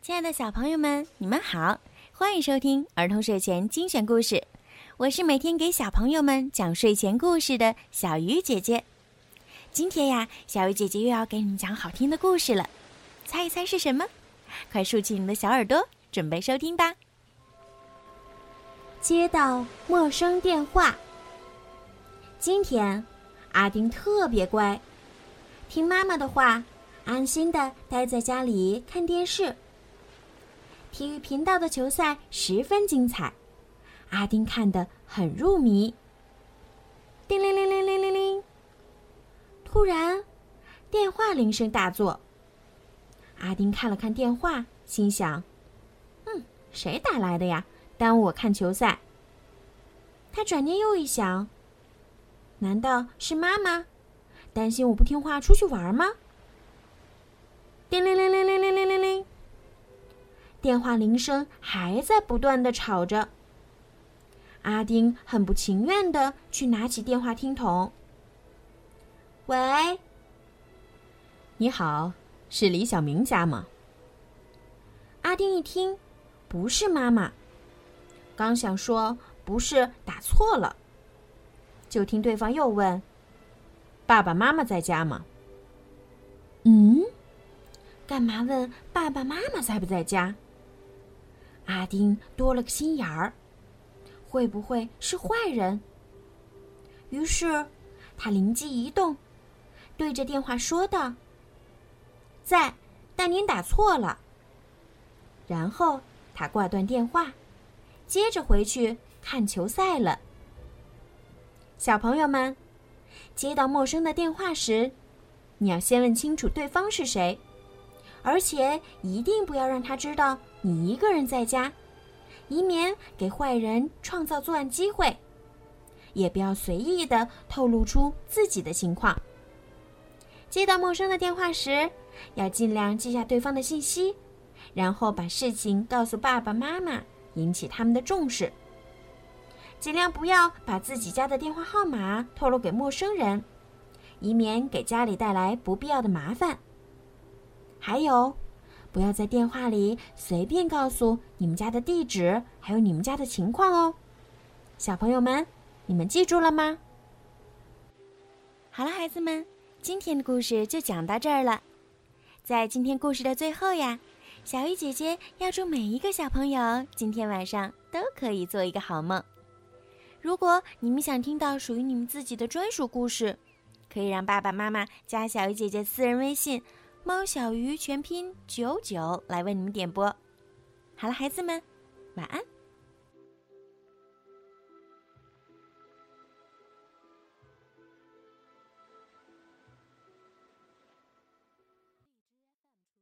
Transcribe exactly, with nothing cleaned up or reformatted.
亲爱的小朋友们，你们好，欢迎收听儿童睡前精选故事。我是每天给小朋友们讲睡前故事的小鱼姐姐。今天呀，小鱼姐姐又要给你们讲好听的故事了，猜一猜是什么？快竖起你们的小耳朵，准备收听吧。 接到陌生电话。今天阿丁特别乖，听妈妈的话，安心地待在家里看电视。体育频道的球赛十分精彩，阿丁看得很入迷。叮铃铃铃铃铃铃，突然电话铃声大作。阿丁看了看电话，心想：嗯，谁打来的呀？耽误我看球赛。他转念又一想，难道是妈妈担心我不听话出去玩吗？叮铃铃铃铃铃铃铃铃，电话铃声还在不断地吵着。阿丁很不情愿地去拿起电话听筒。喂， 你好，是李小明家吗？ 阿丁一听，不是妈妈，刚想说不是，打错了，就听对方又问： 爸爸妈妈在家吗？ 嗯，干嘛问爸爸妈妈在不在家？阿丁多了个心眼儿，会不会是坏人？于是他灵机一动，对着电话说道：在，但您打错了。然后他挂断电话，接着回去看球赛了。小朋友们，接到陌生的电话时，你要先问清楚对方是谁，而且一定不要让他知道你一个人在家，以免给坏人创造作案机会。也不要随意地透露出自己的情况。接到陌生的电话时，要尽量记下对方的信息，然后把事情告诉爸爸妈妈，引起他们的重视。尽量不要把自己家的电话号码透露给陌生人，以免给家里带来不必要的麻烦。还有，不要在电话里随便告诉你们家的地址，还有你们家的情况哦。小朋友们，你们记住了吗？ 好了，孩子们，今天的故事就讲到这儿了。在今天故事的最后呀，小鱼姐姐要祝每一个小朋友今天晚上都可以做一个好梦。如果你们想听到属于你们自己的专属故事，可以让爸爸妈妈加小鱼姐姐私人微信猫小鱼全拼九九来为你们点播。好了，孩子们，晚安。